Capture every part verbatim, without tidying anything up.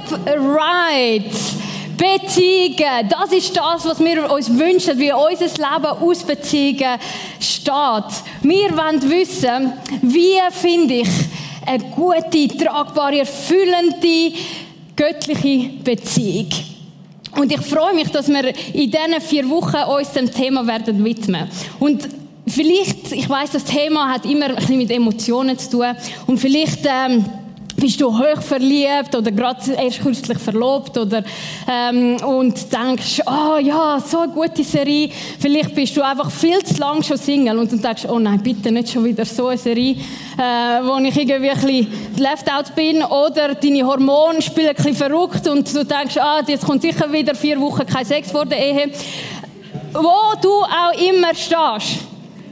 right. Beziehungen, das ist das, was wir uns wünschen, wie unser Leben aus Beziehungen steht. Wir wollen wissen, wie finde ich eine gute, tragbare, erfüllende, göttliche Beziehung. Und ich freue mich, dass wir in diesen vier Wochen uns dem Thema werden widmen. Und vielleicht, ich weiss, das Thema hat immer ein bisschen mit Emotionen zu tun. Und vielleicht ähm, bist du hoch verliebt oder gerade erst kürzlich verlobt oder, ähm, und denkst, ah oh, ja, so eine gute Serie. Vielleicht bist du einfach viel zu lange schon Single und du denkst, oh nein, bitte nicht schon wieder so eine Serie, äh, wo ich irgendwie ein bisschen left out bin. Oder deine Hormone spielen ein bisschen verrückt und du denkst, ah, jetzt kommt sicher wieder vier Wochen kein Sex vor der Ehe. Wo du auch immer stehst.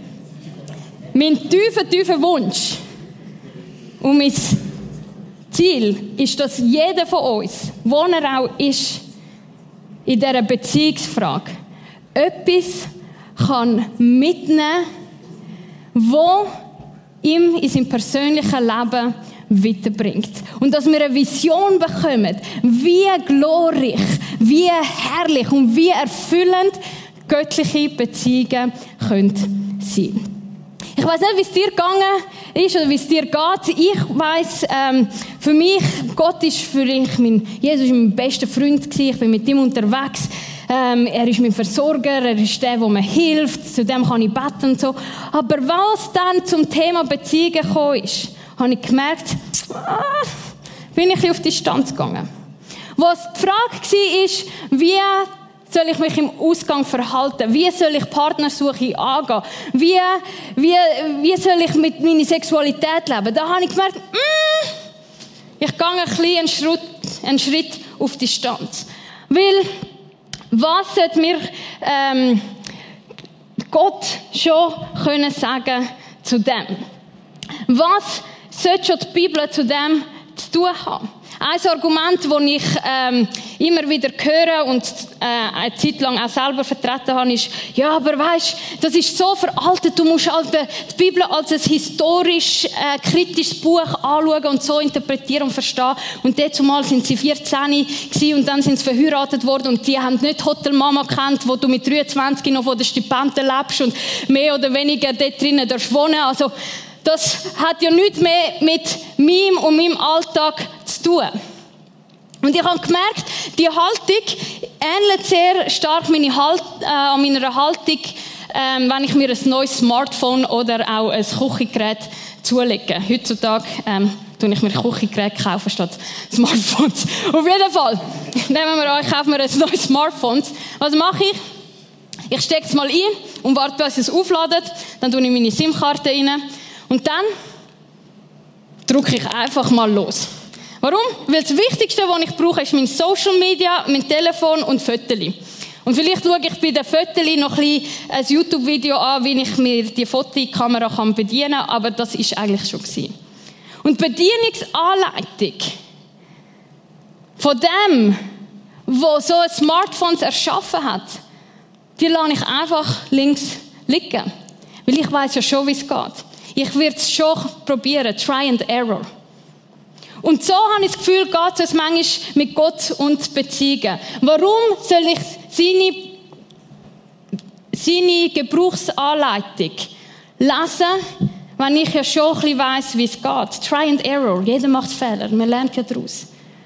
Mein tiefer, tiefer Wunsch und mein Ziel ist, dass jeder von uns, wo er auch ist, in dieser Beziehungsfrage etwas kann mitnehmen, wo ihm in seinem persönlichen Leben weiterbringt. Und dass wir eine Vision bekommen, wie glorreich, wie herrlich und wie erfüllend göttliche Beziehungen können sein. Ich weiss nicht, wie es dir gegangen ist oder wie es dir geht. Ich weiss, ähm, für mich, Gott ist für mich, mein, Jesus ist mein bester Freund gewesen. Ich bin mit ihm unterwegs. Ähm, er ist mein Versorger, er ist der, der mir hilft. Zu dem kann ich beten und so. Aber was dann zum Thema Beziehungen gekommen ist, habe ich gemerkt, ah, bin ich ein bisschen auf Distanz gegangen. Was die Frage war, ist, wie soll ich mich im Ausgang verhalten? Wie soll ich Partnersuche angehen? Wie, wie, wie soll ich mit meiner Sexualität leben? Da habe ich gemerkt, mm, ich gehe ein bisschen einen Schritt, einen Schritt auf Distanz. Weil, was sollte mir ähm, Gott schon können sagen zu dem? Was sollte schon die Bibel zu dem zu tun haben? Ein Argument, das ich ähm, immer wieder höre und äh, eine Zeit lang auch selber vertreten habe, ist, ja, aber weisst, das ist so veraltet, du musst halt die Bibel als ein historisch, äh, kritisches Buch anschauen und so interpretieren und verstehen. Und dazumal sind sie vierzehn gewesen und dann sind sie verheiratet worden und die haben nicht Hotel Mama gekannt, wo du mit dreiundzwanzig noch von den Stipendien lebst und mehr oder weniger dort drinnen darfst wohnen. Also, das hat ja nichts mehr mit meinem und meinem Alltag zu tun. Und ich habe gemerkt, die Haltung ähnelt sehr stark meine halt, äh, an meiner Haltung, ähm, wenn ich mir ein neues Smartphone oder auch ein Küchengerät zulege. Heutzutage ähm, tue ich mir Küchengeräte kaufen statt Smartphones. Auf jeden Fall, nehmen wir an, ich kaufe mir ein neues Smartphone. Was mache ich? Ich stecke es mal ein und warte, bis es aufladet. Dann tue ich meine SIM-Karte rein. Und dann drücke ich einfach mal los. Warum? Weil das Wichtigste, was ich brauche, ist mein Social Media, mein Telefon und Fotos. Und vielleicht schaue ich bei den Fotos noch ein, bisschen ein YouTube-Video an, wie ich mir die Fotokamera bedienen kann, aber das ist eigentlich schon gewesen. Und die Bedienungsanleitung von dem, was so ein Smartphone erschaffen hat, die lasse ich einfach links liegen. Weil ich weiss ja schon, wie es geht. Ich werde es schon probieren. Try and error. Und so habe ich das Gefühl, geht es manchmal mit Gott und Beziehungen. Warum soll ich seine, seine Gebrauchsanleitung lesen, wenn ich ja schon ein bisschen weiss, wie es geht? Try and error. Jeder macht Fehler. Man lernt ja daraus.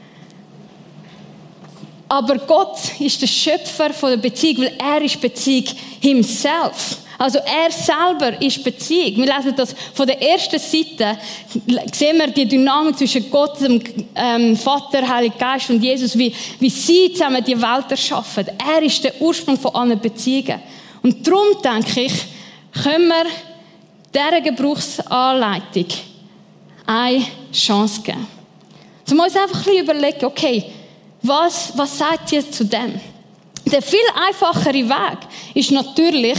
Aber Gott ist der Schöpfer der Beziehung, weil er ist Beziehung himself. Also er selber ist Beziehung. Wir lesen das von der ersten Seite, sehen wir die Dynamik zwischen Gott, dem ähm, Vater, Heiligen Geist und Jesus, wie, wie sie zusammen die Welt erschaffen. Er ist der Ursprung von allen Beziehungen. Und darum, denke ich, können wir dieser Gebrauchsanleitung eine Chance geben. So muss uns einfach ein bisschen überlegen, okay, was, was sagt ihr zu dem? Der viel einfachere Weg ist natürlich,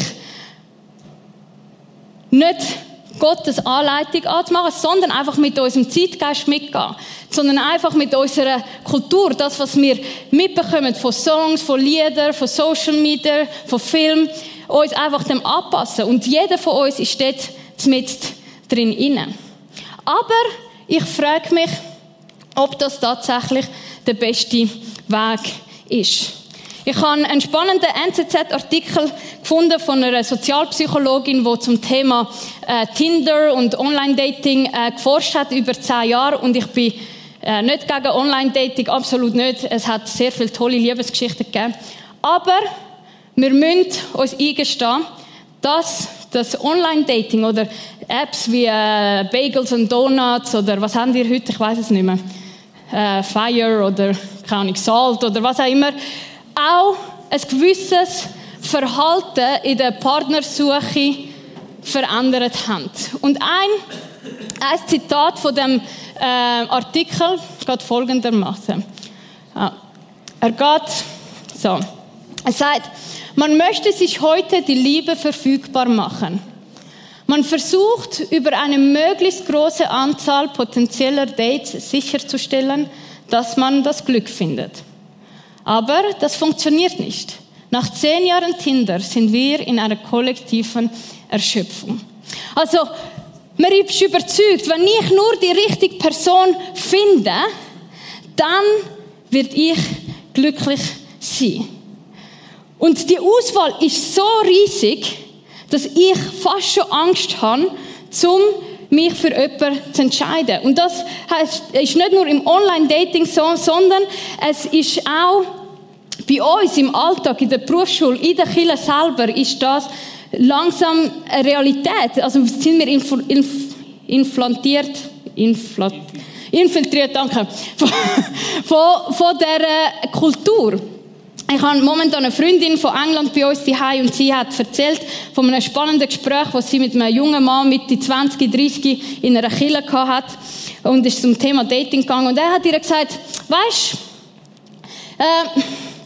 nicht Gottes Anleitung anzumachen, sondern einfach mit unserem Zeitgeist mitgehen. Sondern einfach mit unserer Kultur, das, was wir mitbekommen von Songs, von Liedern, von Social Media, von Filmen, uns einfach dem anpassen. Und jeder von uns ist dort mit drin inne. Aber ich frage mich, ob das tatsächlich der beste Weg ist. Ich habe einen spannenden N Z Z-Artikel gefunden von einer Sozialpsychologin, die zum Thema äh, Tinder und Online-Dating äh, geforscht hat über zehn Jahre. Und ich bin äh, nicht gegen Online-Dating, absolut nicht. Es hat sehr viele tolle Liebesgeschichten gegeben. Aber wir müssen uns eingestehen, dass das Online-Dating oder Apps wie äh, Bagels und Donuts oder was haben wir heute, ich weiß es nicht mehr, äh, Fire oder keine Ahnung, Salt oder was auch immer, auch ein gewisses Verhalten in der Partnersuche verändert haben. Und ein, ein Zitat von dem äh, Artikel geht folgendermaßen. Ja, er geht so. Er sagt, man möchte sich heute die Liebe verfügbar machen. Man versucht, über eine möglichst große Anzahl potenzieller Dates sicherzustellen, dass man das Glück findet. Aber das funktioniert nicht. Nach zehn Jahren Tinder sind wir in einer kollektiven Erschöpfung. Also, man ist überzeugt, wenn ich nur die richtige Person finde, dann wird ich glücklich sein. Und die Auswahl ist so riesig, dass ich fast schon Angst habe, um mich für jemanden zu entscheiden. Und das heißt, ist nicht nur im Online-Dating so, sondern es ist auch bei uns im Alltag, in der Berufsschule, in der Kirche selber, ist das langsam eine Realität. Also sind wir inf- inf- inflantiert, infl- infiltriert, danke, von, von, von dieser Kultur. Ich habe momentan eine Freundin von England bei uns daheim und sie hat erzählt von einem spannenden Gespräch, das sie mit einem jungen Mann Mitte zwanzig, dreißig in einer Kirche hatte und ist zum Thema Dating gegangen. Und er hat ihr gesagt, weisst, äh,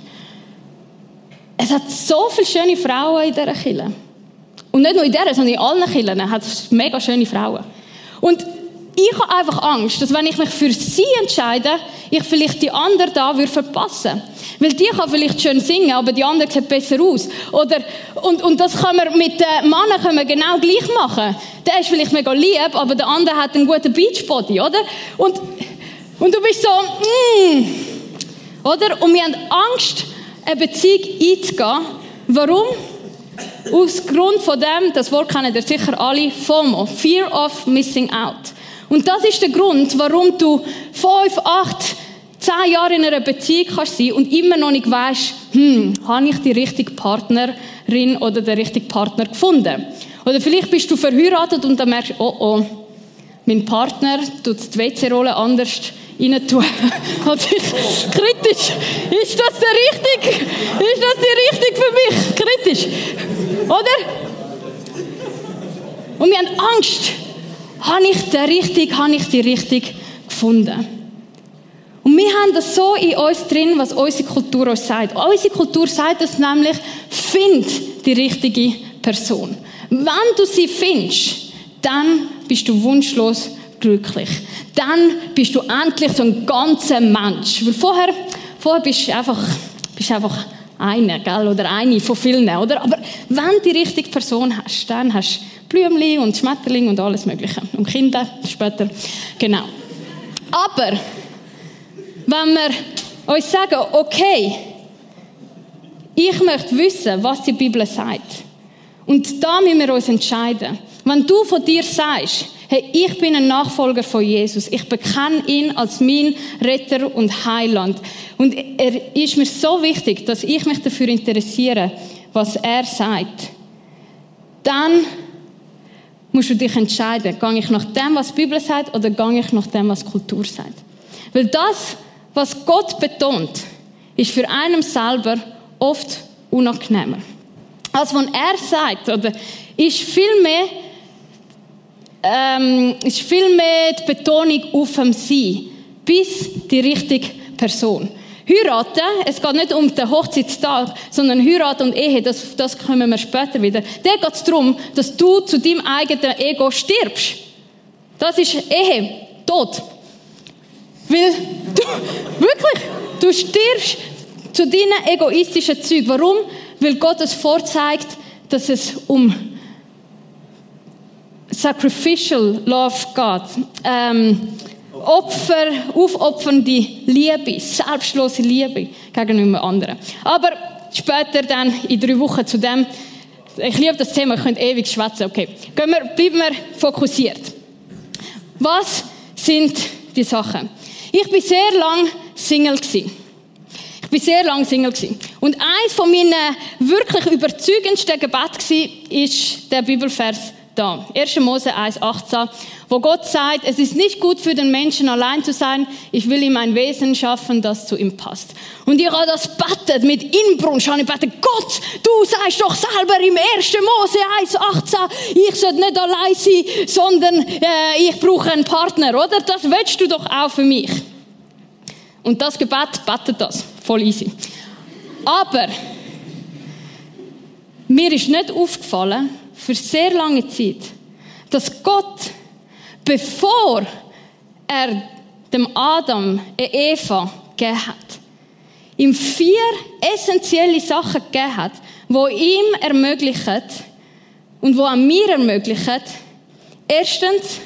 es hat so viele schöne Frauen in dieser Kirche. Und nicht nur in dieser, sondern in allen Kirchen hat es mega schöne Frauen. Und ich habe einfach Angst, dass wenn ich mich für sie entscheide, ich vielleicht die andere da würde verpassen. Weil die kann vielleicht schön singen, aber die andere sieht besser aus. Oder, und, und das können wir mit den Männern können wir genau gleich machen. Der ist vielleicht mega lieb, aber der andere hat einen guten Beachbody, oder? Und, und du bist so, mm, oder? Und wir haben Angst, eine Beziehung einzugehen. Warum? Aus Grund von dem, das Wort kennen ihr sicher alle, FOMO, Fear of Missing Out. Und das ist der Grund, warum du fünf, acht, zehn Jahre in einer Beziehung kannst sein und immer noch nicht weisst, hm, habe ich die richtige Partnerin oder den richtigen Partner gefunden? Oder vielleicht bist du verheiratet und dann merkst du, oh oh, mein Partner tut die W C-Rolle anders rein tun. Also ich, kritisch. Ist das der richtige? Ist das die richtige für mich? Kritisch. Oder? Und wir haben Angst. Habe ich den richtig, habe ich die richtig gefunden? Und wir haben das so in uns drin, was unsere Kultur uns sagt. Unsere Kultur sagt es nämlich, find die richtige Person. Wenn du sie findest, dann bist du wunschlos glücklich. Dann bist du endlich so ein ganzer Mensch. Weil vorher, vorher bist du einfach, bist einfach einer, gell? Oder eine von vielen, oder? Aber wenn du die richtige Person hast, dann hast du Blümchen und Schmetterling und alles Mögliche. Und Kinder später. Genau. Aber wenn wir uns sagen, okay, ich möchte wissen, was die Bibel sagt. Und da müssen wir uns entscheiden. Wenn du von dir sagst, hey, ich bin ein Nachfolger von Jesus, ich bekenne ihn als mein Retter und Heiland. Und er ist mir so wichtig, dass ich mich dafür interessiere, was er sagt. Dann musst du dich entscheiden, gehe ich nach dem, was die Bibel sagt, oder gehe ich nach dem, was die Kultur sagt. Weil das, was Gott betont, ist für einen selber oft unangenehmer. Als was er sagt, oder, ist viel mehr, ähm, ist viel mehr die Betonung auf dem Sein, bis die richtige Person. Heiraten, es geht nicht um den Hochzeitstag, sondern Heiraten und Ehe, das, das kommen wir später wieder. Da geht es darum, dass du zu deinem eigenen Ego stirbst. Das ist Ehe, Tod. Weil du, wirklich, du stirbst zu deinen egoistischen Zügen. Warum? Weil Gott es vorzeigt, dass es um Sacrificial Love geht. Ähm, Opfer, aufopfernde Liebe, selbstlose Liebe gegenüber anderen. Aber später dann in drei Wochen zu dem, ich liebe das Thema, ich könnte ewig schwätzen. Okay, gehen wir, bleiben wir fokussiert. Was sind die Sachen? Ich war sehr lang Single gewesen. Ich war sehr lange Single gewesen. Und eines von meinen wirklich überzeugendsten Gebeten war, ist der Bibelvers da. erster Mose eins achtzehn, wo Gott sagt, es ist nicht gut für den Menschen allein zu sein, ich will ihm ein Wesen schaffen, das zu ihm passt. Und ich habe das betet, mit Inbrunst habe ich betet, Gott, du sagst doch selber im erster Mose eins achtzehn, ich sollte nicht allein sein, sondern äh, ich brauche einen Partner, oder? Das willst du doch auch für mich. Und das Gebet betet das, voll easy. Aber mir ist nicht aufgefallen, für sehr lange Zeit, dass Gott, bevor er dem Adam eine Eva gegeben hat, ihm vier essentielle Sachen gegeben hat, die ihm ermöglichen und die auch mir ermöglichen, erstens,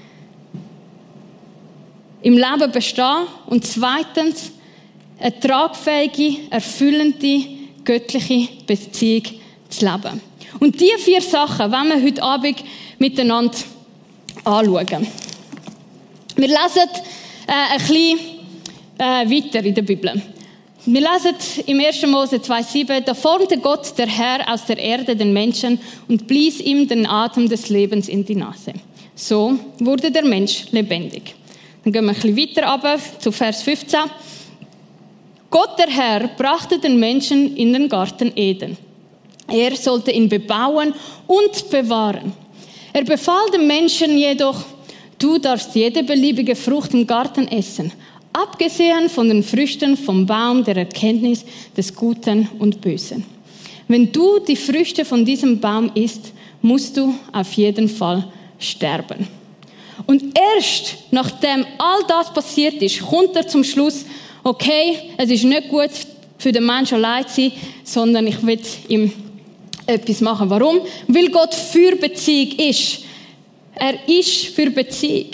im Leben bestehen und zweitens, eine tragfähige, erfüllende, göttliche Beziehung zu leben. Und diese vier Sachen wollen wir heute Abend miteinander anschauen. Wir lesen äh, ein bisschen äh, weiter in der Bibel. Wir lesen im erster Mose zwei sieben, da formte Gott, der Herr, aus der Erde den Menschen und blies ihm den Atem des Lebens in die Nase. So wurde der Mensch lebendig. Dann gehen wir ein bisschen weiter runter zu Vers fünfzehn. Gott, der Herr, brachte den Menschen in den Garten Eden. Er sollte ihn bebauen und bewahren. Er befahl dem Menschen jedoch, du darfst jede beliebige Frucht im Garten essen, abgesehen von den Früchten vom Baum der Erkenntnis des Guten und Bösen. Wenn du die Früchte von diesem Baum isst, musst du auf jeden Fall sterben. Und erst nachdem all das passiert ist, kommt er zum Schluss, okay, es ist nicht gut für den Menschen allein zu sein, sondern ich will ihm etwas machen. Warum? Weil Gott für Beziehung ist. Er ist für Beziehung.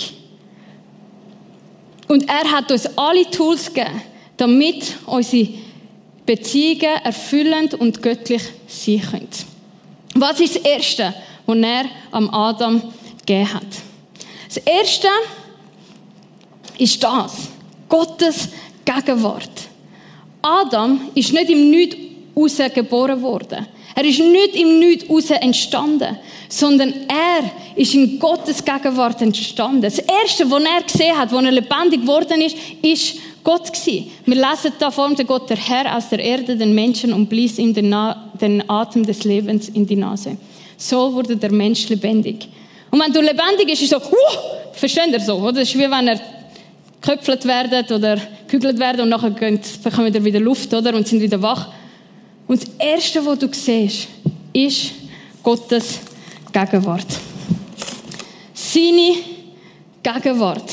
Und er hat uns alle Tools gegeben, damit unsere Beziehungen erfüllend und göttlich sein können. Was ist das Erste, was er am Adam gegeben hat? Das Erste ist das. Gottes Gegenwart. Adam ist nicht im Nichts raus geboren worden. Er ist nicht im Nichts raus entstanden, sondern er ist in Gottes Gegenwart entstanden. Das Erste, was er gesehen hat, als er lebendig geworden ist, ist Gott gewesen. Wir lesen, da formte Gott, der Herr, aus der Erde den Menschen und blies ihm den, Na- den Atem des Lebens in die Nase. So wurde der Mensch lebendig. Und wenn du lebendig bist, ist es so, uh, versteht ihr so, oder? Es ist wie wenn er geköpfelt werden oder gekügelt werden und nachher gehen, bekommen wir wieder Luft, oder? Und sind wieder wach. Und das Erste, was du siehst, ist Gottes Gegenwart. Seine Gegenwart.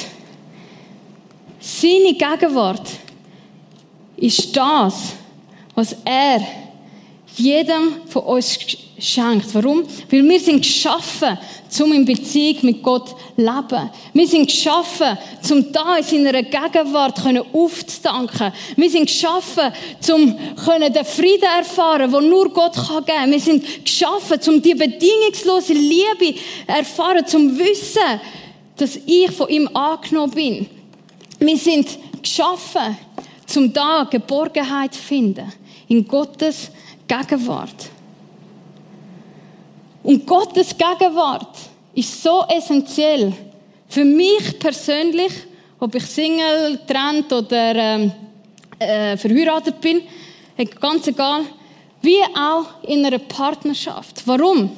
Seine Gegenwart ist das, was er jedem von uns schenkt. Warum? Weil wir sind geschaffen, um in Beziehung mit Gott zu leben. Wir sind geschaffen, um da in seiner Gegenwart aufzudanken. Wir sind geschaffen, um den Frieden zu erfahren, den nur Gott geben kann. Wir sind geschaffen, um die bedingungslose Liebe zu erfahren, um zu wissen, dass ich von ihm angenommen bin. Wir sind geschaffen, um da Geborgenheit zu finden. In Gottes Gegenwart. Und Gottes Gegenwart ist so essentiell für mich persönlich, ob ich Single, getrennt oder ähm, äh, verheiratet bin, ganz egal, wie auch in einer Partnerschaft. Warum?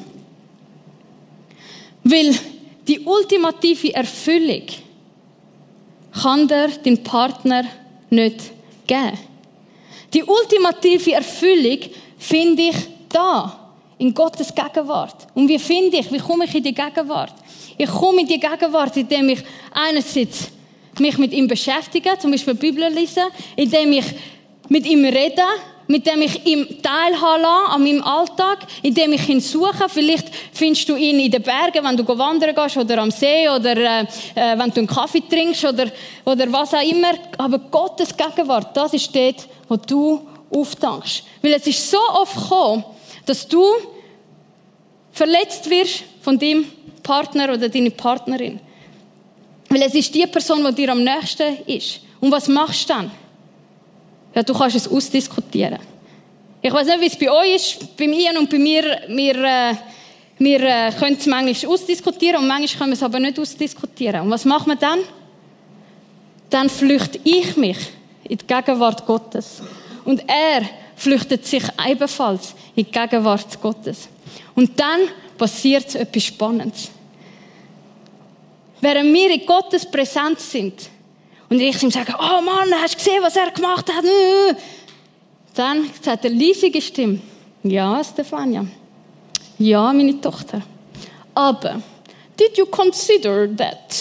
Weil die ultimative Erfüllung kann dir dein Partner nicht geben. Die ultimative Erfüllung finde ich da. In Gottes Gegenwart. Und wie finde ich, wie komme ich in die Gegenwart? Ich komme in die Gegenwart, indem ich einerseits mich mit ihm beschäftige, zum Beispiel die Bibel lese, indem ich mit ihm rede, mit dem ich ihm teilhaben lasse an meinem Alltag, indem ich ihn suche. Vielleicht findest du ihn in den Bergen, wenn du wandern gehst oder am See oder äh, wenn du einen Kaffee trinkst oder, oder was auch immer. Aber Gottes Gegenwart, das ist dort, wo du auftankst. Weil es ist so oft gekommen, dass du verletzt wirst von deinem Partner oder deiner Partnerin. Weil es ist die Person, die dir am nächsten ist. Und was machst du dann? Ja, du kannst es ausdiskutieren. Ich weiß nicht, wie es bei euch ist. Bei Ian und bei mir, wir, äh, wir äh, können es manchmal ausdiskutieren und manchmal können wir es aber nicht ausdiskutieren. Und was macht man dann? Dann flüchte ich mich in die Gegenwart Gottes. Und er flüchtet sich ebenfalls in die Gegenwart Gottes. Und dann passiert etwas Spannendes. Während wir in Gottes Präsenz sind und ich ihm sage, oh Mann, hast du gesehen, was er gemacht hat? Dann sagt eine leisige Stimme, ja, Stefania, ja, meine Tochter, aber did you consider that?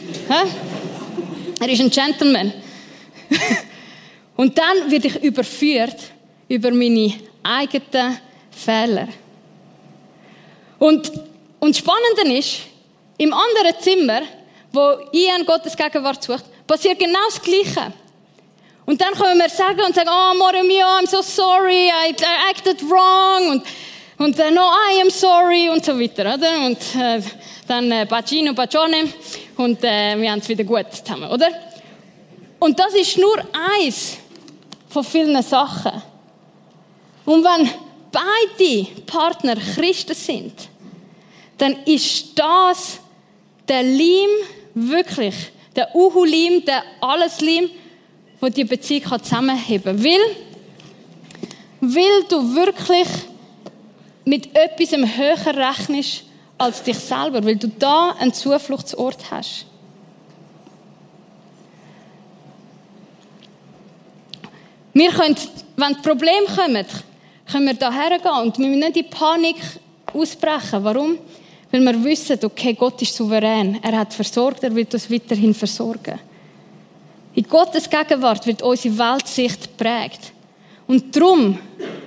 Er ist ein Gentleman. Und dann werde ich überführt über meine eigenen Fehler. Und, und das Spannende ist, im anderen Zimmer, wo Ian Gottes Gegenwart sucht, passiert genau das Gleiche. Und dann können wir sagen und sagen, oh, amore mio, I'm so sorry, I, I acted wrong. Und, und uh, no, I am sorry und so weiter. Oder? Und äh, dann äh, bacino, bacione und äh, wir haben es wieder gut zusammen, oder? Und das ist nur eins von vielen Sachen. Und wenn beide Partner Christen sind, dann ist das der Leim, wirklich, der Uhu-Leim, der Alles-Leim, der die Beziehung zusammenheben kann. Weil, weil du wirklich mit etwas höher rechnest als dich selber, weil du da einen Zufluchtsort hast. Wir können, wenn die Probleme kommen, können wir da hergehen und wir müssen nicht in Panik ausbrechen. Warum? Weil wir wissen, okay, Gott ist souverän. Er hat versorgt, er wird uns weiterhin versorgen. In Gottes Gegenwart wird unsere Weltsicht geprägt. Und darum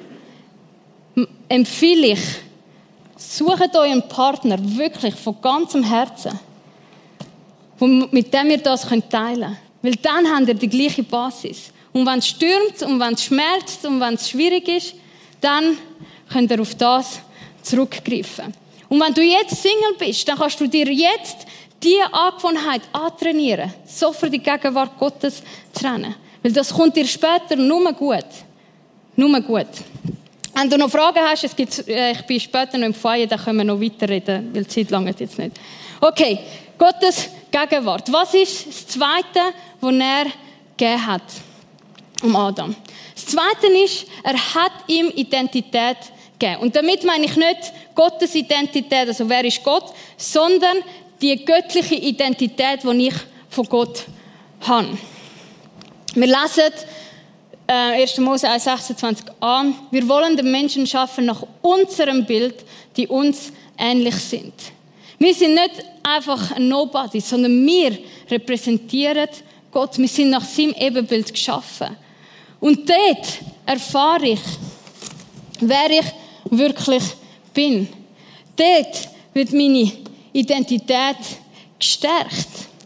empfehle ich, sucht euren Partner wirklich von ganzem Herzen, mit dem ihr das teilen könnt. Weil dann habt ihr die gleiche Basis. Und wenn es stürmt und wenn es schmerzt und wenn es schwierig ist, dann könnt ihr auf das zurückgreifen. Und wenn du jetzt Single bist, dann kannst du dir jetzt diese Angewohnheit antrainieren, so für die Gegenwart Gottes zu rennen. Weil das kommt dir später nur gut. Nur gut. Wenn du noch Fragen hast, es gibt, äh, ich bin später noch im Feier, da können wir noch weiterreden, weil die Zeit lange jetzt nicht. Okay, Gottes Gegenwart. Was ist das Zweite, was er gegeben hat? Um Adam. Das Zweite ist, er hat ihm Identität gegeben. Und damit meine ich nicht Gottes Identität, also wer ist Gott, sondern die göttliche Identität, die ich von Gott habe. Wir lesen äh, erster Mose eins sechsundzwanzig a. Wir wollen den Menschen schaffen nach unserem Bild, die uns ähnlich sind. Wir sind nicht einfach ein Nobody, sondern wir repräsentieren Gott. Wir sind nach seinem Ebenbild geschaffen. Und dort erfahre ich, wer ich wirklich bin. Dort wird meine Identität gestärkt.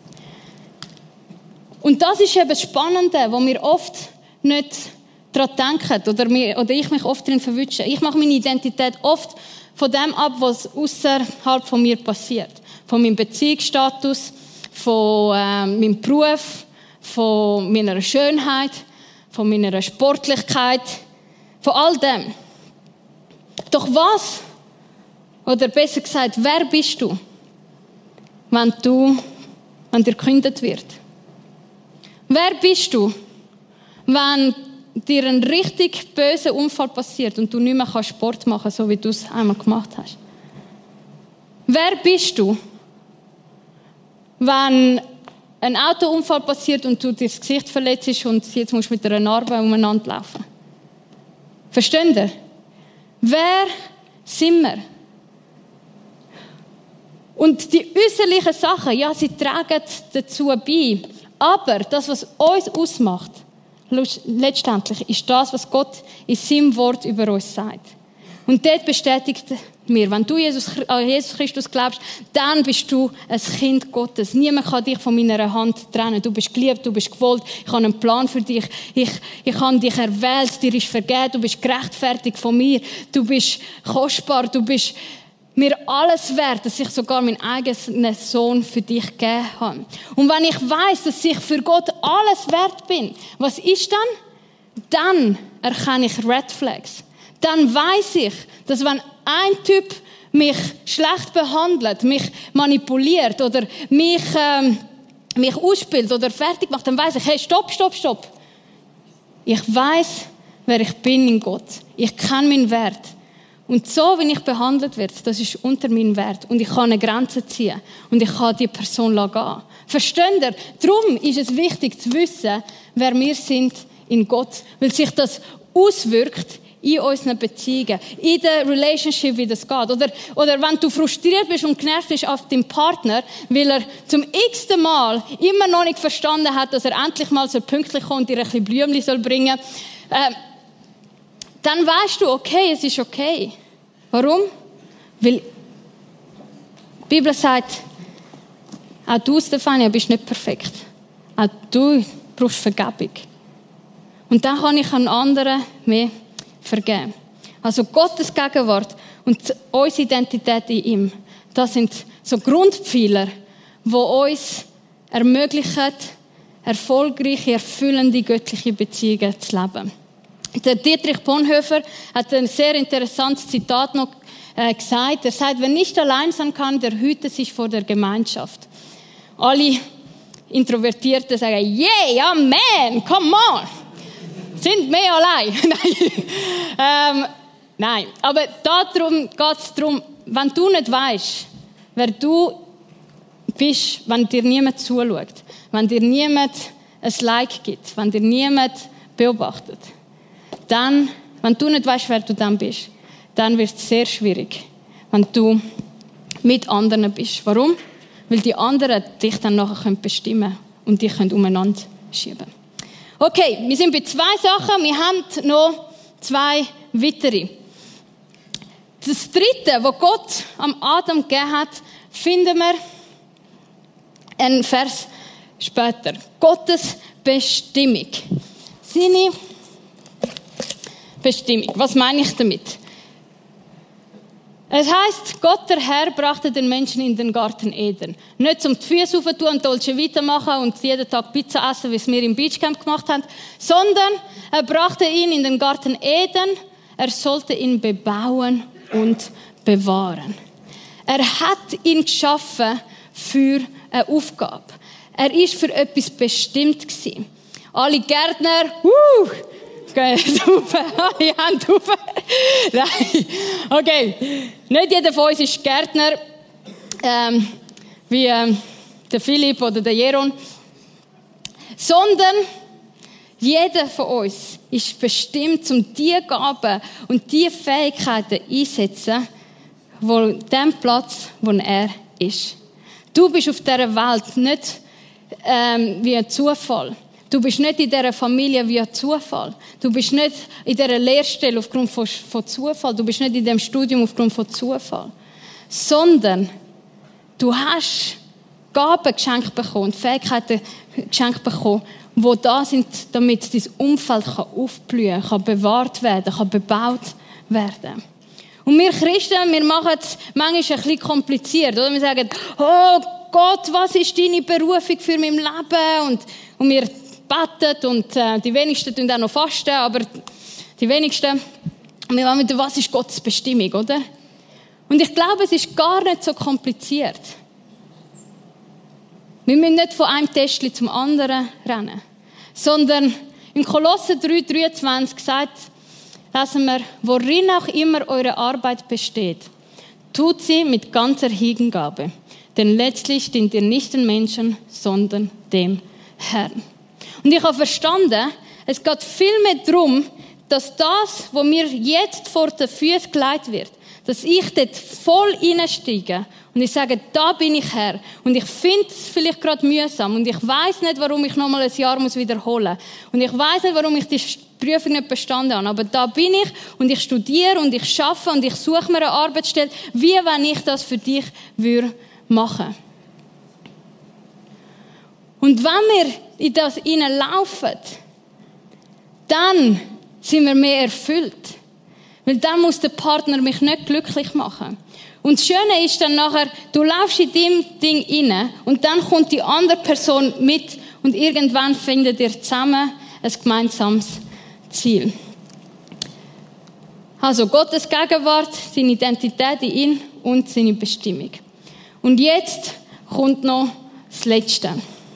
Und das ist eben das Spannende, wo wir oft nicht daran denken oder, mir, oder ich mich oft darin verwünsche. Ich mache meine Identität oft von dem ab, was außerhalb von mir passiert. Von meinem Beziehungsstatus, von äh, meinem Beruf, von meiner Schönheit, von meiner Sportlichkeit, von all dem. Doch was, oder besser gesagt, wer bist du, wenn du, wenn dir gekündigt wird? Wer bist du, wenn dir ein richtig böser Unfall passiert und du nicht mehr Sport machen kannst, so wie du es einmal gemacht hast? Wer bist du, wenn ein Autounfall passiert und du dir das Gesicht verletzt und jetzt musst du mit einer Narbe umeinander laufen? Versteht ihr? Wer sind wir? Und die äußerlichen Sachen, ja, sie tragen dazu bei. Aber das, was uns ausmacht, letztendlich ist das, was Gott in seinem Wort über uns sagt. Und dort bestätigt mir, wenn du Jesus, an Jesus Christus glaubst, dann bist du ein Kind Gottes. Niemand kann dich von meiner Hand trennen. Du bist geliebt, du bist gewollt. Ich habe einen Plan für dich. Ich, ich habe dich erwählt, dir ist vergeben, du bist gerechtfertigt von mir. Du bist kostbar, du bist mir alles wert, dass ich sogar meinen eigenen Sohn für dich gegeben habe. Und wenn ich weiss, dass ich für Gott alles wert bin, was ist dann? Dann erkenne ich Red Flags. Dann weiss ich, dass wenn ein Typ mich schlecht behandelt, mich manipuliert oder mich, ähm, mich ausspielt oder fertig macht, dann weiss ich, hey, stopp, stopp, stopp. Ich weiss, wer ich bin in Gott. Ich kenne meinen Wert. Und so, wie ich behandelt werde, das ist unter meinem Wert. Und ich kann eine Grenze ziehen. Und ich kann die Person gehen. Versteht ihr? Darum ist es wichtig zu wissen, wer wir sind in Gott. Weil sich das auswirkt in unseren Beziehungen, in der Relationship, wie das geht. Oder, oder wenn du frustriert bist und genervt bist auf deinen Partner, weil er zum x-ten Mal immer noch nicht verstanden hat, dass er endlich mal so pünktlich kommt und dir ein bisschen Blümchen soll bringen soll, äh, dann weißt du, okay, es ist okay. Warum? Weil die Bibel sagt, auch du, Stefania, bist nicht perfekt. Auch du brauchst Vergebung. Und dann kann ich an anderen mehr vergeben. Also Gottes Gegenwart und unsere Identität in ihm, das sind so Grundpfeiler, die uns ermöglichen, erfolgreiche, erfüllende, göttliche Beziehungen zu leben. Der Dietrich Bonhoeffer hat ein sehr interessantes Zitat noch äh, gesagt. Er sagt, wer nicht allein sein kann, der hüte sich vor der Gemeinschaft. Alle Introvertierten sagen, yeah, amen, come on. Sind mehr allein. nein. ähm, nein. Aber darum geht es darum, wenn du nicht weißt, wer du bist, wenn dir niemand zuschaut, wenn dir niemand ein Like gibt, wenn dir niemand beobachtet, dann, wenn du nicht weißt, wer du dann bist, dann wird es sehr schwierig, wenn du mit anderen bist. Warum? Weil die anderen dich dann nachher bestimmen können und dich umeinander schieben können. Okay, wir sind bei zwei Sachen. Wir haben noch zwei weitere. Das dritte, was Gott am Adam gegeben hat, finden wir einen Vers später. Gottes Bestimmung. Seine Bestimmung. Was meine ich damit? Es heisst, Gott, der Herr, brachte den Menschen in den Garten Eden. Nicht zum die Füße aufzutun und Dolce Vita machen und jeden Tag Pizza essen, wie es wir im Beachcamp gemacht haben, sondern er brachte ihn in den Garten Eden. Er sollte ihn bebauen und bewahren. Er hat ihn geschaffen für eine Aufgabe. Er ist für etwas bestimmt gewesen. Alle Gärtner, uh, gehen rauf, alle Hände rauf. Nein, okay. Nicht jeder von uns ist Gärtner, ähm, wie ähm, der Philipp oder der Jeron, sondern jeder von uns ist bestimmt, um diese Gaben und diese Fähigkeiten einzusetzen, wo dem Platz, wo er ist. Du bist auf dieser Welt nicht ähm, wie ein Zufall. Du bist nicht in dieser Familie wie ein Zufall. Du bist nicht in dieser Lehrstelle aufgrund von, von Zufall. Du bist nicht in diesem Studium aufgrund von Zufall. Sondern du hast Gaben geschenkt bekommen, Fähigkeiten geschenkt bekommen, die da sind, damit dein Umfeld kann aufblühen kann, bewahrt werden, kann bebaut werden. Und wir Christen, wir machen es manchmal ein bisschen kompliziert. Oder? Wir sagen, oh Gott, was ist deine Berufung für mein Leben? Und, und wir beten und äh, die wenigsten tun auch noch fasten, aber die wenigsten, wir wollen wieder, was ist Gottes Bestimmung, oder? Und ich glaube, es ist gar nicht so kompliziert. Wir müssen nicht von einem Testchen zum anderen rennen, sondern in Kolosser drei dreiundzwanzig sagt, lesen wir, worin auch immer eure Arbeit besteht, tut sie mit ganzer Hingabe, denn letztlich dient ihr nicht den Menschen, sondern dem Herrn. Und ich habe verstanden, es geht vielmehr darum, dass das, was mir jetzt vor den Füßen gelegt wird, dass ich dort voll reinsteige Und ich sage, da bin ich Herr. Und ich finde es vielleicht gerade mühsam. Und ich weiß nicht, warum ich nochmal ein Jahr muss wiederholen muss. Und ich weiß nicht, warum ich die Prüfung nicht bestanden habe. Aber da bin ich und ich studiere und ich arbeite und ich suche mir eine Arbeitsstelle, wie wenn ich das für dich würde machen. Und wenn wir in das hineinlaufen, dann sind wir mehr erfüllt. Weil dann muss der Partner mich nicht glücklich machen. Und das Schöne ist dann nachher, du laufst in dein Ding rein und dann kommt die andere Person mit und irgendwann findet ihr zusammen ein gemeinsames Ziel. Also Gottes Gegenwart, seine Identität in ihm und seine Bestimmung. Und jetzt kommt noch das Letzte.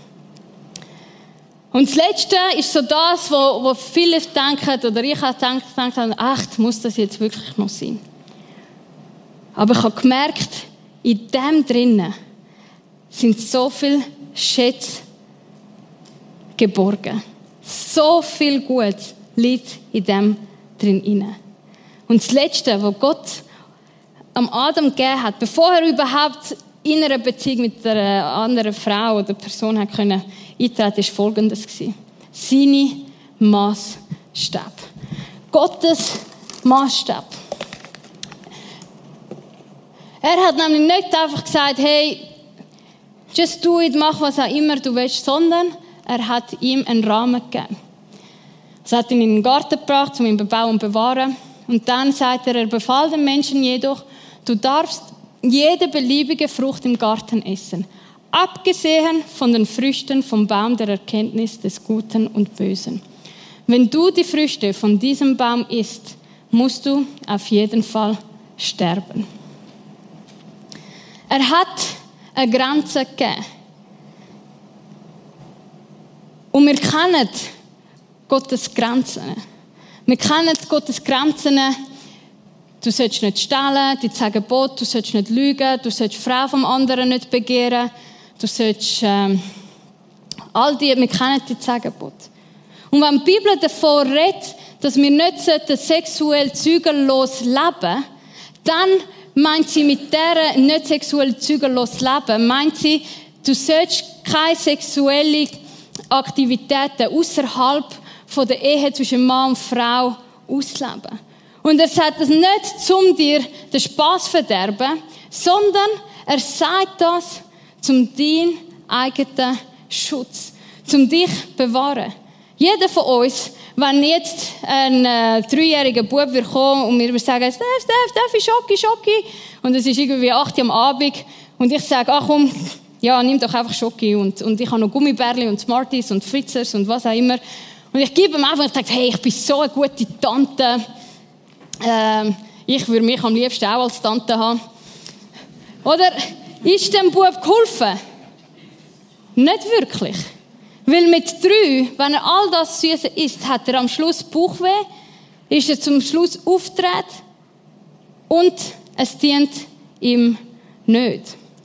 Und das Letzte ist so das, wo, wo viele denken, oder ich auch gedacht habe, ach, muss das jetzt wirklich noch sein? Aber ich habe gemerkt, in dem drinnen sind so viele Schätze geborgen. So viel Gutes liegt in dem drin inne. Und das Letzte, was Gott am Adam gegeben hat, bevor er überhaupt in einer Beziehung mit einer anderen Frau oder Person hat können eintreten, war Folgendes gewesen: seine Maßstab. Gottes Maßstab. Er hat nämlich nicht einfach gesagt, hey, just do it, mach was auch immer du willst, sondern er hat ihm einen Rahmen gegeben. Er hat ihn in den Garten gebracht, um ihn zu bebauen und zu bewahren. Und dann sagt er, er befahl den Menschen jedoch, du darfst jede beliebige Frucht im Garten essen, abgesehen von den Früchten vom Baum der Erkenntnis des Guten und Bösen. Wenn du die Früchte von diesem Baum isst, musst du auf jeden Fall sterben. Er hat eine Grenze gegeben. Und wir kennen Gottes Grenzen. Wir kennen Gottes Grenzen. Du sollst nicht stehlen, die zehn Gebote, du sollst nicht lügen, du sollst die Frau vom anderen nicht begehren, du sollst ähm, all die, wir kennen die zehn Gebote. Und wenn die Bibel davon redet, dass wir nicht sexuell zügellos leben sollten, dann meint sie mit dieser nicht sexuell zügellos leben, meint sie, du sollst keine sexuelle Aktivitäten außerhalb von der Ehe zwischen Mann und Frau ausleben. Und er sagt das nicht, um dir den Spass zu verderben, sondern er sagt das zum deinen eigenen Schutz, zum dich bewahren. Jeder von uns, wenn jetzt ein äh, dreijähriger Bub wird kommen und mir würde sagen, Steph, Steph, Steph, Schocki, Schocki, und es ist irgendwie acht Uhr am Abend und ich sage, ach komm, ja, nimm doch einfach Schocki und, und ich habe noch Gummibärli und Smarties und Fritzers und was auch immer. Und ich gebe ihm einfach, ich sage, hey, ich bin so eine gute Tante. Ähm, ich würde mich am liebsten auch als Tante haben. Oder ist dem Bub geholfen? Nicht wirklich. Weil mit drei, wenn er all das Süße isst, hat er am Schluss Bauchweh, ist er zum Schluss aufgedreht und es dient ihm nicht.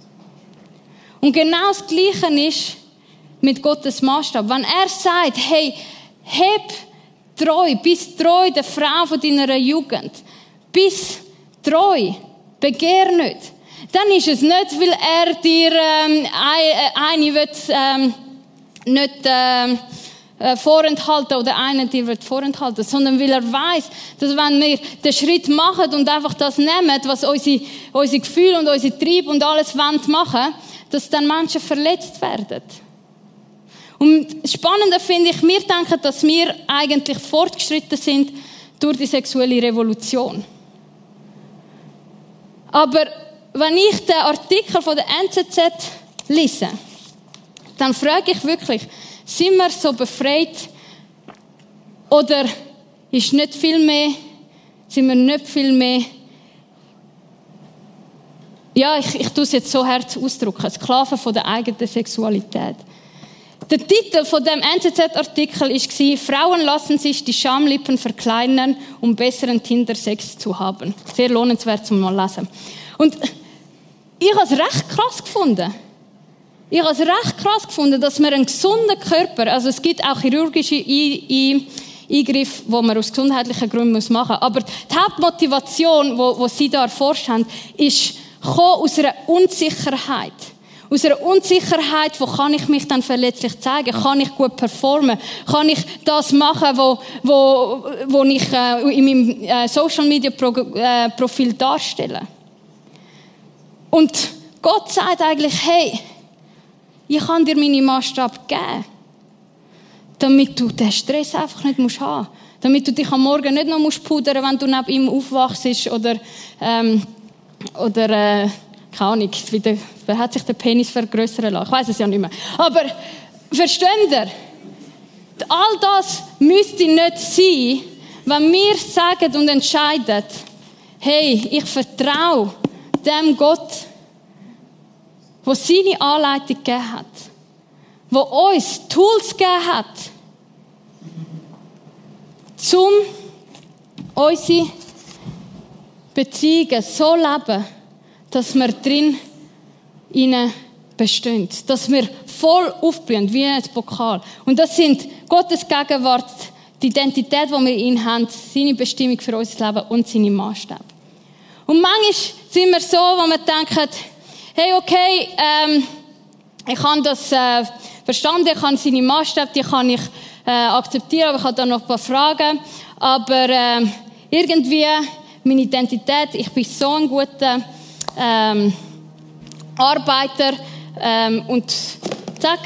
Und genau das Gleiche ist mit Gottes Maßstab. Wenn er sagt, hey, heb treu, bist treu der Frau von deiner Jugend, bist treu, begehr nicht, dann ist es nicht, weil er dir ähm, eine will, ähm, nicht ähm, äh, vorenthalten oder einen dir will vorenthalten, sondern weil er weiß, dass wenn wir den Schritt machen und einfach das nehmen, was unsere, unsere Gefühle und unsere Triebe und alles wollen machen, dass dann Menschen verletzt werden. Und das Spannende finde ich, wir denken, dass wir eigentlich fortgeschritten sind durch die sexuelle Revolution. Aber wenn ich den Artikel von der N Z Z lese, dann frage ich wirklich, sind wir so befreit oder ist nicht viel mehr, sind wir nicht viel mehr, ja, ich, ich tue es jetzt so hart ausdrücken, Sklaven von der eigenen Sexualität. Der Titel von dem N Z Z-Artikel war, Frauen lassen sich die Schamlippen verkleinern, um besseren Tinder-Sex zu haben. Sehr lohnenswert zum mal lesen. Und ich habe es recht krass gefunden. Ich habe es recht krass gefunden, dass man einen gesunden Körper, also es gibt auch chirurgische Eingriffe, die man aus gesundheitlichen Gründen machen muss. Aber die Hauptmotivation, die sie da erforscht haben, ist, kommen aus einer Unsicherheit. Aus einer Unsicherheit, wo kann ich mich dann verletzlich zeigen? Kann ich gut performen? Kann ich das machen, wo, wo, wo ich äh, in meinem äh, Social-Media-Profil äh, darstelle? Und Gott sagt eigentlich, hey, ich kann dir meine Maßstab geben, damit du den Stress einfach nicht musst haben. Damit du dich am Morgen nicht noch musst pudern, wenn du neben ihm aufwachst oder, ähm, oder äh, keine Ahnung, wieder, wer hat sich der Penis vergrößern lassen? Ich weiss es ja nicht mehr. Aber versteht ihr? All das müsste nicht sein, wenn wir sagen und entscheiden, hey, ich vertraue dem Gott, der seine Anleitung gegeben hat, der uns Tools gegeben hat, um unsere Beziehungen so zu leben, dass wir drin ihnen bestehen. Dass wir voll aufblühen, wie ein Pokal. Und das sind Gottes Gegenwart, die Identität, die wir in ihm haben, seine Bestimmung für unser Leben und seine Maßstäbe. Und manchmal sind wir so, wo wir denken, hey, okay, ähm, ich habe das äh, verstanden, ich habe seine Maßstäbe, die kann ich äh, akzeptieren, aber ich habe da noch ein paar Fragen. Aber äh, irgendwie, meine Identität, ich bin so ein guter ähm, Arbeiter ähm, und zack,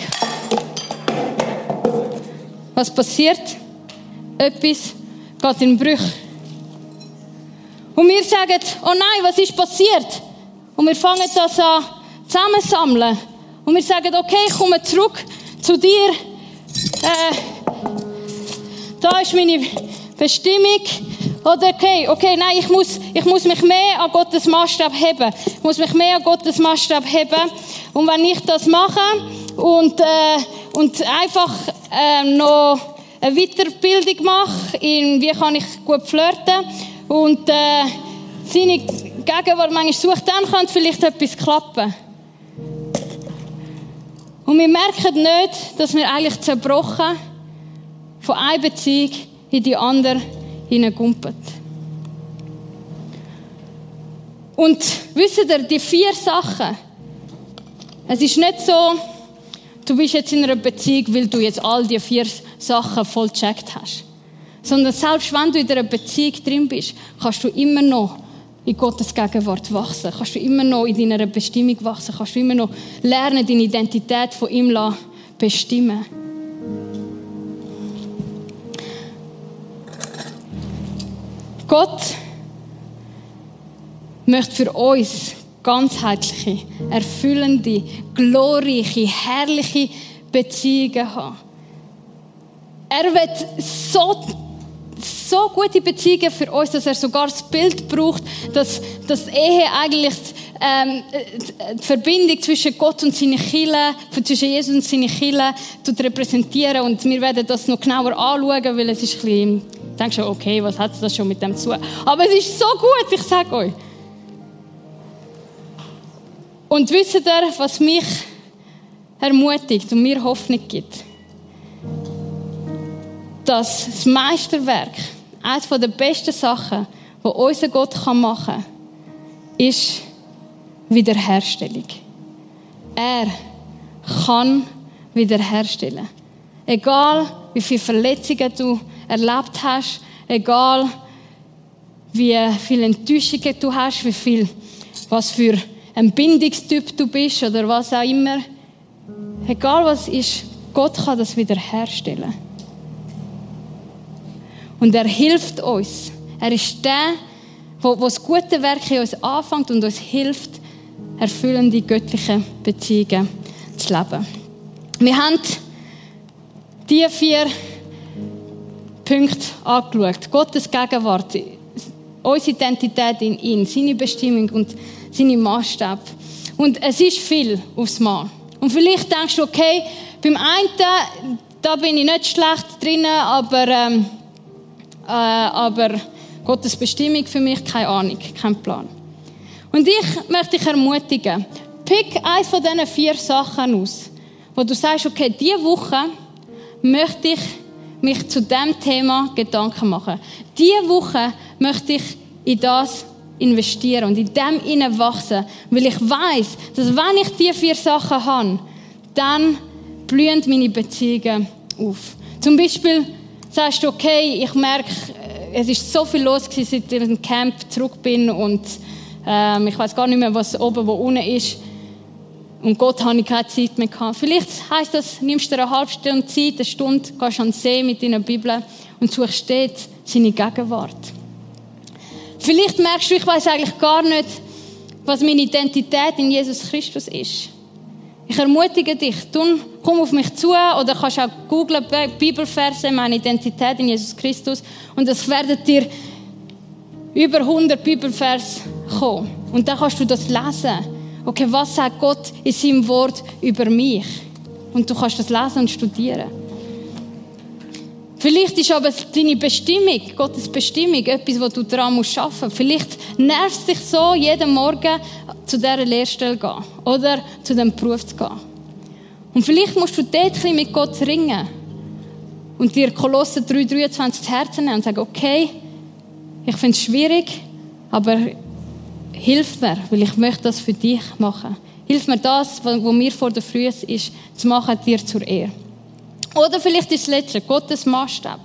was passiert? Etwas geht in Brüche. Und wir sagen, oh nein, was ist passiert? Und wir fangen das an zusammensammeln. Und wir sagen, okay, ich komme zurück zu dir. Äh, da ist meine Bestimmung. Oder okay, okay, nein, ich muss, ich muss mich mehr an Gottes Maßstab heben. Ich muss mich mehr an Gottes Maßstab heben. Und wenn ich das mache und, äh, und einfach äh, noch eine Weiterbildung mache, in wie kann ich gut flirten und äh, seine Gegenwart manchmal sucht, dann könnte vielleicht etwas klappen. Und wir merken nicht, dass wir eigentlich zerbrochen von einer Beziehung in die andere hineingumpen. Und wisst ihr, die vier Sachen, es ist nicht so, du bist jetzt in einer Beziehung, weil du jetzt all die vier Sachen voll gecheckt hast. Sondern selbst wenn du in einer Beziehung drin bist, kannst du immer noch in Gottes Gegenwart wachsen. Kannst du immer noch in deiner Bestimmung wachsen. Kannst du immer noch lernen, deine Identität von ihm bestimmen. Gott möchte für uns ganzheitliche, erfüllende, glorreiche, herrliche Beziehungen haben. Er will so, so gute Beziehungen für uns, dass er sogar das Bild braucht, dass, dass die Ehe eigentlich ähm, die Verbindung zwischen Gott und seinen Kirche, zwischen Jesus und seinen Kirche repräsentieren. Und wir werden das noch genauer anschauen, weil es ist ein bisschen, ich denke schon, okay, was hat das schon mit dem zu tun? Aber es ist so gut, ich sage euch. Und wisst ihr, was mich ermutigt und mir Hoffnung gibt? Dass das Meisterwerk, eines der besten Sachen, die unser Gott machen kann, ist Wiederherstellung. Er kann wiederherstellen. Egal, wie viele Verletzungen du erlebt hast, egal, wie viele Enttäuschungen du hast, wie viel, was für ein Bindungstyp du bist oder was auch immer. Egal was ist, Gott kann das wiederherstellen. Und er hilft uns. Er ist der, der das gute Werk in uns anfängt und uns hilft, erfüllende göttliche Beziehungen zu leben. Wir haben diese vier Punkte angeschaut. Gottes Gegenwart, unsere Identität in ihm, seine Bestimmung und seine Maßstäbe. Und es ist viel aufs Mal. Und vielleicht denkst du, okay, beim einen, da bin ich nicht schlecht drin, aber, ähm, äh, aber Gottes Bestimmung für mich, keine Ahnung, kein Plan. Und ich möchte dich ermutigen, pick eines von diesen vier Sachen aus, wo du sagst, okay, diese Woche möchte ich mich zu diesem Thema Gedanken machen. Diese Woche möchte ich in das investieren und in dem hinein wachsen, weil ich weiss, dass wenn ich diese vier Sachen habe, dann blühen meine Beziehungen auf. Zum Beispiel sagst du, okay, ich merke, es ist so viel los gewesen, seit ich im Camp zurück bin und ähm, ich weiß gar nicht mehr, was oben, wo unten ist. Und Gott habe ich keine Zeit mehr gehabt. Vielleicht heisst das, nimmst du eine halbe Stunde Zeit, eine Stunde, gehst an den See mit deiner Bibel und suchst dort seine Gegenwart. Vielleicht merkst du, ich weiss eigentlich gar nicht, was meine Identität in Jesus Christus ist. Ich ermutige dich, komm auf mich zu oder kannst auch googlen, Bibelverse, meine Identität in Jesus Christus und es werden dir über hundert Bibelverse kommen. Und dann kannst du das lesen. Okay, was sagt Gott in seinem Wort über mich? Und du kannst das lesen und studieren. Vielleicht ist aber deine Bestimmung, Gottes Bestimmung, etwas, wo du daran musst arbeiten. Vielleicht nervst dich so, jeden Morgen zu dieser Lehrstelle gehen oder zu diesem Beruf zu gehen. Und vielleicht musst du dort ein bisschen mit Gott ringen und dir Kolosser drei dreiundzwanzig zu Herzen nehmen und sagen, okay, ich finde es schwierig, aber hilf mir, weil ich möchte das für dich machen. Hilf mir das, was mir vor der Füße ist, zu machen, dir zur Ehre. Oder vielleicht ist das Letzte, Gottes Maßstab.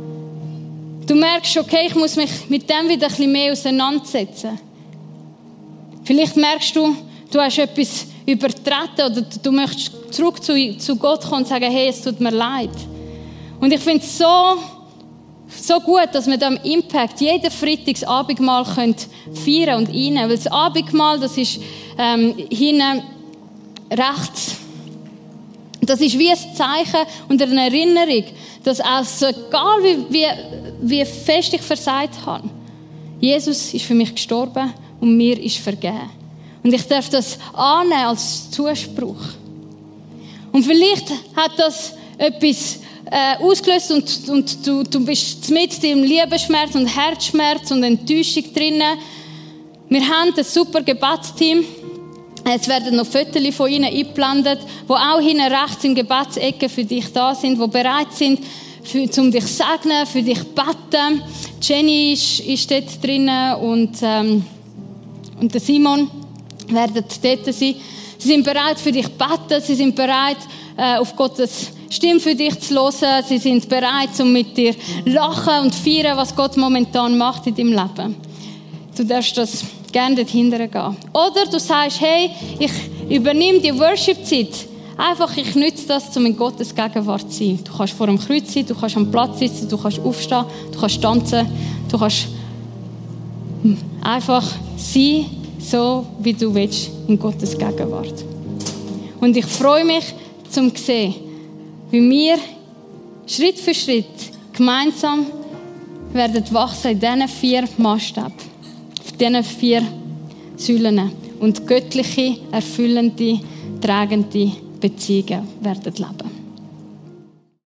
Du merkst, okay, ich muss mich mit dem wieder ein bisschen mehr auseinandersetzen. Vielleicht merkst du, du hast etwas übertreten oder du möchtest zurück zu, zu Gott kommen und sagen, hey, es tut mir leid. Und ich finde es so, so gut, dass wir da im Impact jeden Freitag das Abendmahl feiern und einnehmen. Weil das Abendmahl, das ist ähm, hinten rechts. Das ist wie ein Zeichen und eine Erinnerung, dass also egal wie, wie, wie fest ich versagt habe, Jesus ist für mich gestorben und mir ist vergeben. Und ich darf das annehmen als Zuspruch. Und vielleicht hat das etwas äh, ausgelöst und, und du, du bist mit im Liebesschmerz und Herzschmerz und Enttäuschung drinnen. Wir haben ein super Gebetsteam. Es werden noch Fotos von ihnen eingeblendet, die auch hinten rechts in Gebetsecke für dich da sind, die bereit sind, für, um dich zu segnen, für dich zu beten. Jenny ist, ist dort drinnen und, ähm, und der Simon werden dort sein. Sie sind bereit, für dich zu beten. Sie sind bereit, äh, auf Gottes Stimme für dich zu hören. Sie sind bereit, um mit dir zu lachen und zu feiern, was Gott momentan macht in deinem Leben. Du darfst das gerne dort hinterher gehen. Oder du sagst, hey, ich übernehme die Worship-Zeit. Einfach, ich nütze das, um in Gottes Gegenwart zu sein. Du kannst vor dem Kreuz sein, du kannst am Platz sitzen, du kannst aufstehen, du kannst tanzen, du kannst einfach sein, so wie du willst, in Gottes Gegenwart. Und ich freue mich, zum zu sehen, wie wir Schritt für Schritt gemeinsam werden wachsen in diesen vier Maßstäben, in diesen vier Säulen und göttliche, erfüllende, tragende Beziehungen werden leben.